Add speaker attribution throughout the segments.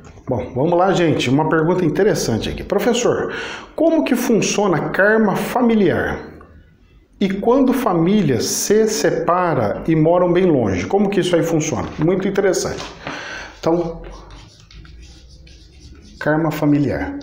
Speaker 1: Bom, vamos lá, gente. Uma pergunta interessante aqui. Professor, como que funciona karma familiar? E quando famílias se separam e moram bem longe, como que isso aí funciona? Muito interessante. Então, karma familiar.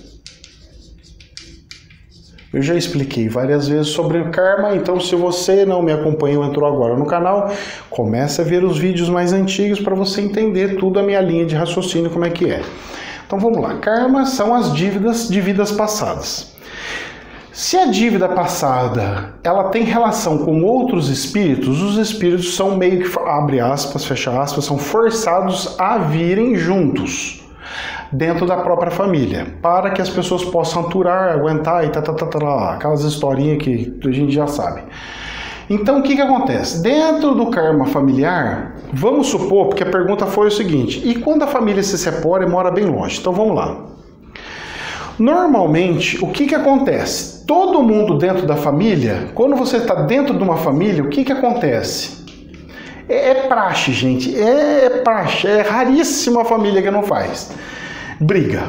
Speaker 1: Eu já expliquei várias vezes sobre o karma, então se você não me acompanhou, entrou agora no canal, comece a ver os vídeos mais antigos para você entender tudo a minha linha de raciocínio, como é que é. Então vamos lá, karma são as dívidas de vidas passadas. Se a dívida passada ela tem relação com outros espíritos, os espíritos são meio que, abre aspas, fecha aspas, são forçados a virem juntos dentro da própria família, para que as pessoas possam aturar, aguentar e aquelas historinhas que a gente já sabe. Então o que acontece? Dentro do karma familiar, vamos supor, porque a pergunta foi o seguinte, e quando a família se separa e mora bem longe? Então vamos lá. Normalmente, o que acontece? Todo mundo dentro da família, quando você está dentro de uma família, o que acontece? É praxe, gente, é praxe, é raríssima a família que não faz. Briga.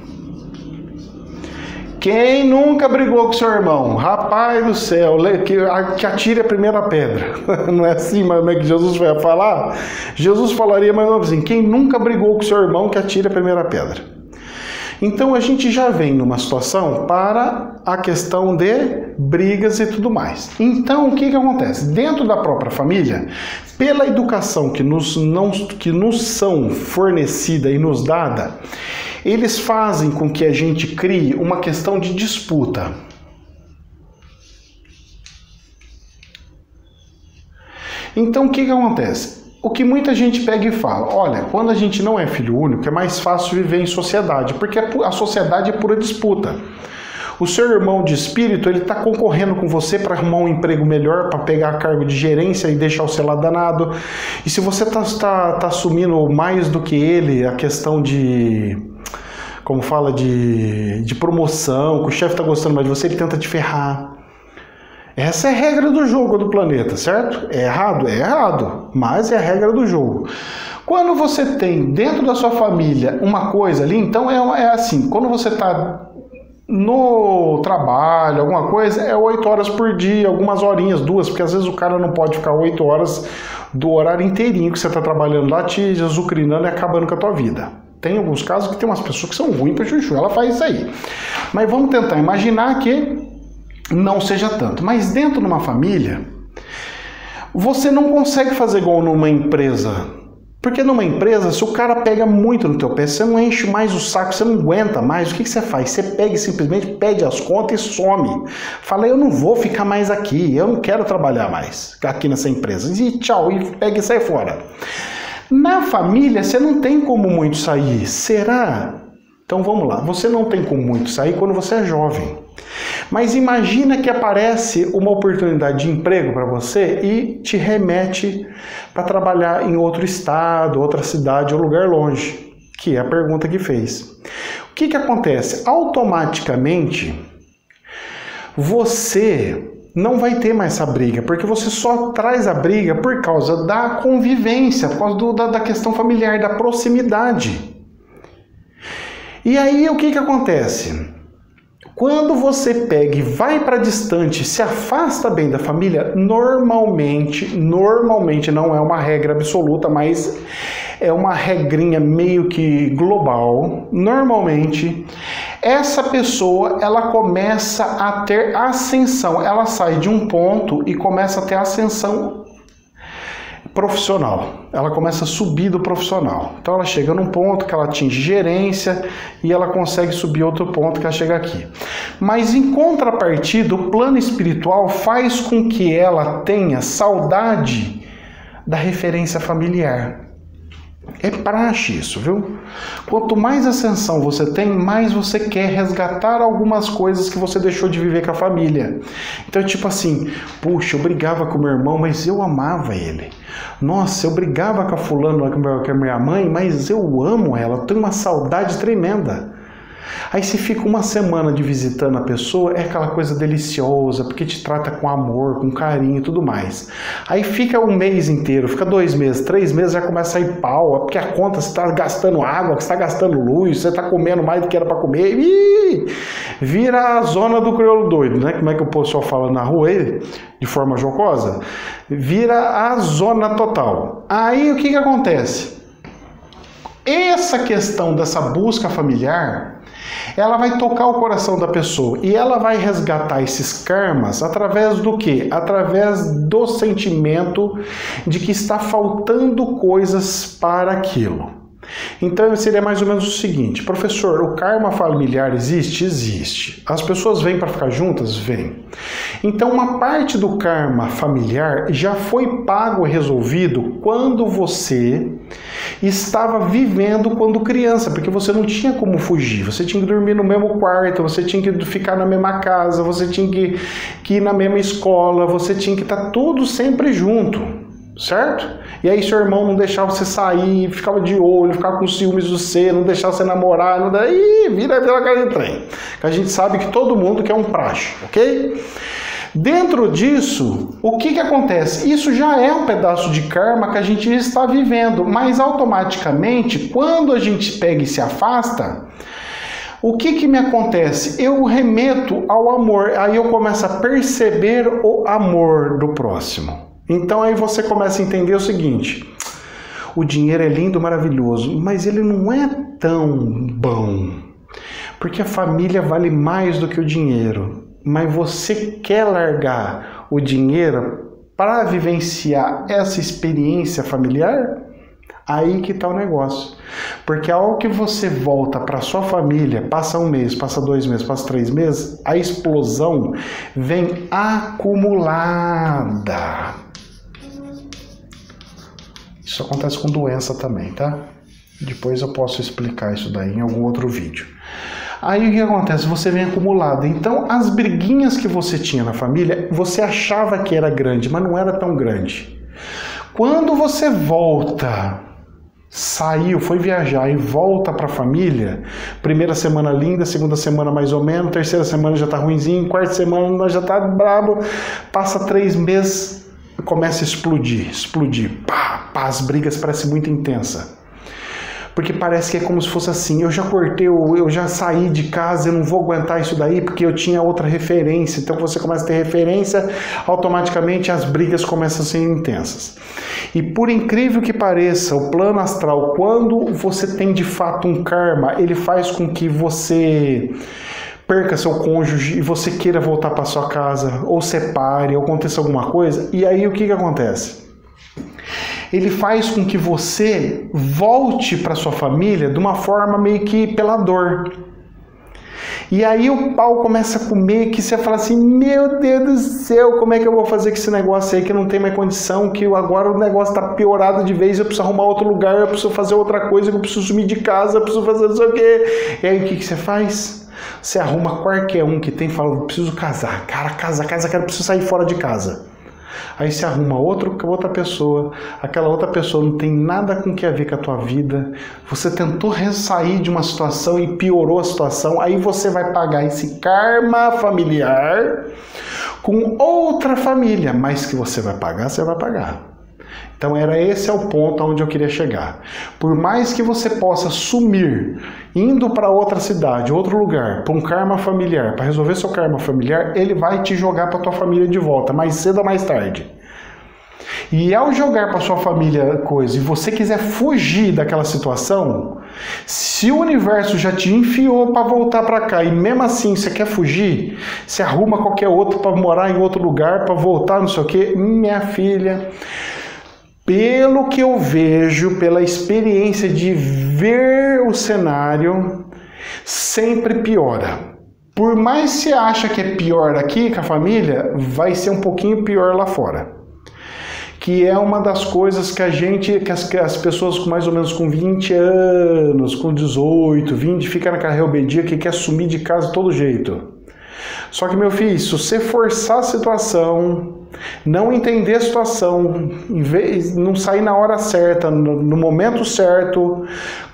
Speaker 1: Quem nunca brigou com seu irmão? Rapaz do céu, que atire a primeira pedra. Não é assim, mas como é que Jesus vai falar? Jesus falaria mais ou menos assim, quem nunca brigou com seu irmão, que atire a primeira pedra. Então a gente já vem numa situação para a questão de brigas e tudo mais. Então o que acontece? Dentro da própria família, pela educação que nos são fornecida e nos dada, eles fazem com que a gente crie uma questão de disputa. Então o que acontece? O que muita gente pega e fala, olha, quando a gente não é filho único, é mais fácil viver em sociedade, porque a sociedade é pura disputa. O seu irmão de espírito, ele está concorrendo com você para arrumar um emprego melhor, para pegar cargo de gerência e deixar o seu lá danado. E se você está assumindo mais do que ele, a questão de, como fala, de promoção, que o chefe está gostando mais de você, ele tenta te ferrar. Essa é a regra do jogo do planeta, certo? É errado? É errado, mas é a regra do jogo. Quando você tem dentro da sua família uma coisa ali, então é assim, quando você está no trabalho, alguma coisa, é 8 horas por dia, algumas horinhas, 2, porque às vezes o cara não pode ficar 8 horas do horário inteirinho que você está trabalhando lá, te azucrinando e acabando com a tua vida. Tem alguns casos que tem umas pessoas que são ruins para chuchu, ela faz isso aí. Mas vamos tentar imaginar que não seja tanto. Mas dentro de uma família, você não consegue fazer igual numa empresa. Porque numa empresa, se o cara pega muito no teu pé, você não enche mais o saco, você não aguenta mais, o que você faz? Você pega e simplesmente pede as contas e some. Fala, eu não vou ficar mais aqui, eu não quero trabalhar mais aqui nessa empresa. E tchau, e pega e sai fora. Na família, você não tem como muito sair. Será? Então vamos lá, você não tem como muito sair quando você é jovem. Mas imagina que aparece uma oportunidade de emprego para você e te remete para trabalhar em outro estado, outra cidade ou lugar longe, que é a pergunta que fez. O que acontece? Automaticamente, você não vai ter mais essa briga, porque você só traz a briga por causa da convivência, por causa da questão familiar, da proximidade. E aí o que acontece? Quando você pega e vai para distante, se afasta bem da família, normalmente não é uma regra absoluta, mas é uma regrinha meio que global. Normalmente, essa pessoa, ela começa a ter ascensão, ela sai de um ponto e começa a ter ascensão profissional. Ela começa a subir do profissional. Então ela chega num ponto que ela atinge gerência e ela consegue subir outro ponto que ela chega aqui. Mas em contrapartida, o plano espiritual faz com que ela tenha saudade da referência familiar. É praxe isso, viu? Quanto mais ascensão você tem, mais você quer resgatar algumas coisas que você deixou de viver com a família. Então, tipo assim, puxa, eu brigava com meu irmão, mas eu amava ele. Nossa, eu brigava com a fulana, com a minha mãe, mas eu amo ela, eu tenho uma saudade tremenda. Aí você fica uma semana de visitando a pessoa, é aquela coisa deliciosa, porque te trata com amor, com carinho e tudo mais. Aí fica um mês inteiro, fica 2 meses, 3 meses, já começa a ir pau, porque a conta, você está gastando água, você está gastando luz, você está comendo mais do que era para comer, e vira a zona do crioulo doido, né? Como é que o pessoal fala na rua aí, de forma jocosa? Vira a zona total. Aí o que acontece? Essa questão dessa busca familiar, ela vai tocar o coração da pessoa e ela vai resgatar esses karmas através do quê? Através do sentimento de que está faltando coisas para aquilo. Então seria mais ou menos o seguinte: professor, o karma familiar existe? Existe. As pessoas vêm para ficar juntas? Vêm. Então uma parte do karma familiar já foi pago e resolvido quando você estava vivendo quando criança, porque você não tinha como fugir, você tinha que dormir no mesmo quarto, você tinha que ficar na mesma casa, você tinha que ir na mesma escola, você tinha que estar tudo sempre junto, certo? E aí seu irmão não deixava você sair, ficava de olho, ficava com ciúmes de você, não deixava você namorar, não dá... vira pela cara de trem. A gente sabe que todo mundo quer um praxe, ok? Dentro disso, o que acontece? Isso já é um pedaço de karma que a gente está vivendo, mas automaticamente, quando a gente pega e se afasta, o que me acontece? Eu remeto ao amor, aí eu começo a perceber o amor do próximo. Então aí você começa a entender o seguinte: o dinheiro é lindo, maravilhoso, mas ele não é tão bom, porque a família vale mais do que o dinheiro. Mas você quer largar o dinheiro para vivenciar essa experiência familiar? Aí que está o negócio. Porque ao que você volta para sua família, passa 1 mês, passa 2 meses, passa 3 meses, a explosão vem acumulada. Isso acontece com doença também, tá? Depois eu posso explicar isso daí em algum outro vídeo. Aí o que acontece? Você vem acumulado. Então as briguinhas que você tinha na família, você achava que era grande, mas não era tão grande. Quando você volta, saiu, foi viajar e volta para a família, primeira semana linda, segunda semana mais ou menos, terceira semana já tá ruinzinho, quarta semana já tá brabo, passa 3 meses, começa a explodir, pá, as brigas parecem muito intensas. Porque parece que é como se fosse assim: eu já cortei, eu já saí de casa, eu não vou aguentar isso daí porque eu tinha outra referência. Então você começa a ter referência, automaticamente as brigas começam a ser intensas. E por incrível que pareça, o plano astral, quando você tem de fato um karma, ele faz com que você perca seu cônjuge e você queira voltar para sua casa, ou separe, ou aconteça alguma coisa. E aí o que acontece? Ele faz com que você volte para sua família de uma forma meio que pela dor. E aí o pau começa a comer, que você fala assim: meu Deus do céu, como é que eu vou fazer com esse negócio aí que não tem mais condição, que agora o negócio está piorado de vez, eu preciso arrumar outro lugar, eu preciso fazer outra coisa, eu preciso sumir de casa, eu preciso fazer não sei o quê. E aí o que você faz? Você arruma qualquer um que tem e fala: eu preciso casar, cara, casa, eu preciso sair fora de casa. Aí você arruma outra pessoa, aquela outra pessoa não tem nada com que a ver com a tua vida, você tentou sair de uma situação e piorou a situação, aí você vai pagar esse karma familiar com outra família, mas que você vai pagar, você vai pagar. Então esse é o ponto onde eu queria chegar. Por mais que você possa sumir, indo para outra cidade, outro lugar, para um karma familiar, para resolver seu karma familiar, ele vai te jogar para tua família de volta, mais cedo ou mais tarde. E ao jogar para sua família coisa e você quiser fugir daquela situação, se o universo já te enfiou para voltar para cá e mesmo assim você quer fugir, você arruma qualquer outro para morar em outro lugar, para voltar, não sei o quê, minha filha, pelo que eu vejo, pela experiência de ver o cenário, sempre piora. Por mais que você acha que é pior aqui com a família, vai ser um pouquinho pior lá fora. Que é uma das coisas que as pessoas com mais ou menos com 20 anos, com 18, 20, fica naquela rebeldia que quer sumir de casa de todo jeito. Só que, meu filho, se você forçar a situação, não entender a situação, não sair na hora certa, no momento certo,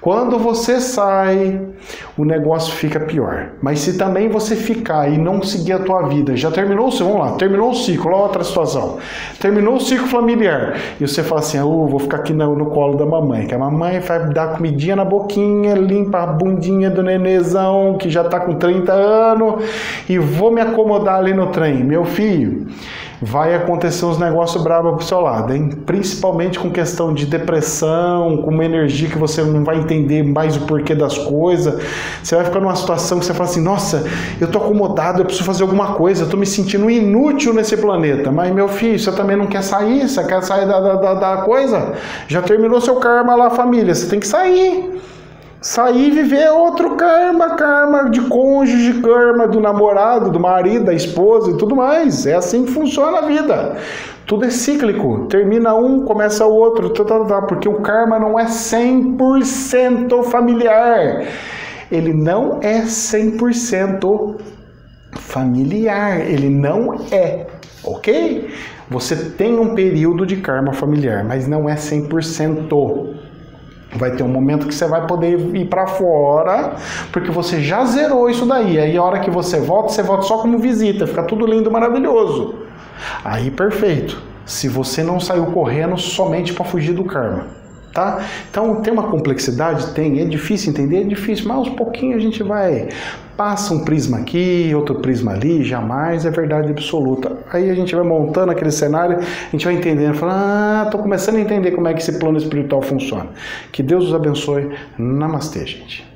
Speaker 1: Quando você sai, o negócio fica pior. Mas se também você ficar e não seguir a tua vida, já terminou, vamos lá, terminou o ciclo, olha outra situação. Terminou o ciclo familiar. E você fala assim, vou ficar aqui no colo da mamãe, que a mamãe vai dar comidinha na boquinha, limpa a bundinha do nenezão, que já tá com 30 anos, e vou me acomodar ali no trem. Meu filho, vai acontecer uns negócios bravos pro seu lado, hein? Principalmente com questão de depressão, com uma energia que você não vai entender mais o porquê das coisas. Você vai ficar numa situação que você fala assim, nossa, eu tô acomodado, eu preciso fazer alguma coisa, eu tô me sentindo inútil nesse planeta. Mas, meu filho, você também não quer sair? Você quer sair da coisa? Já terminou seu karma lá, família, você tem que sair. Sair e viver outro karma de cônjuge, karma do namorado, do marido, da esposa e tudo mais. É assim que funciona a vida. Tudo é cíclico. Termina um, começa o outro, porque o karma não é 100% familiar. Ele não é 100% familiar. Ele não é, ok? Você tem um período de karma familiar, mas não é 100%. Vai ter um momento que você vai poder ir para fora, porque você já zerou isso daí. Aí a hora que você volta só como visita, fica tudo lindo, maravilhoso. Aí perfeito. Se você não saiu correndo somente para fugir do karma, tá? Então tem uma complexidade? Tem. É difícil entender? É difícil, mas aos pouquinhos a gente vai... Passa um prisma aqui, outro prisma ali, jamais é verdade absoluta. Aí a gente vai montando aquele cenário, a gente vai entendendo, falando, tô começando a entender como é que esse plano espiritual funciona. Que Deus os abençoe. Namastê, gente.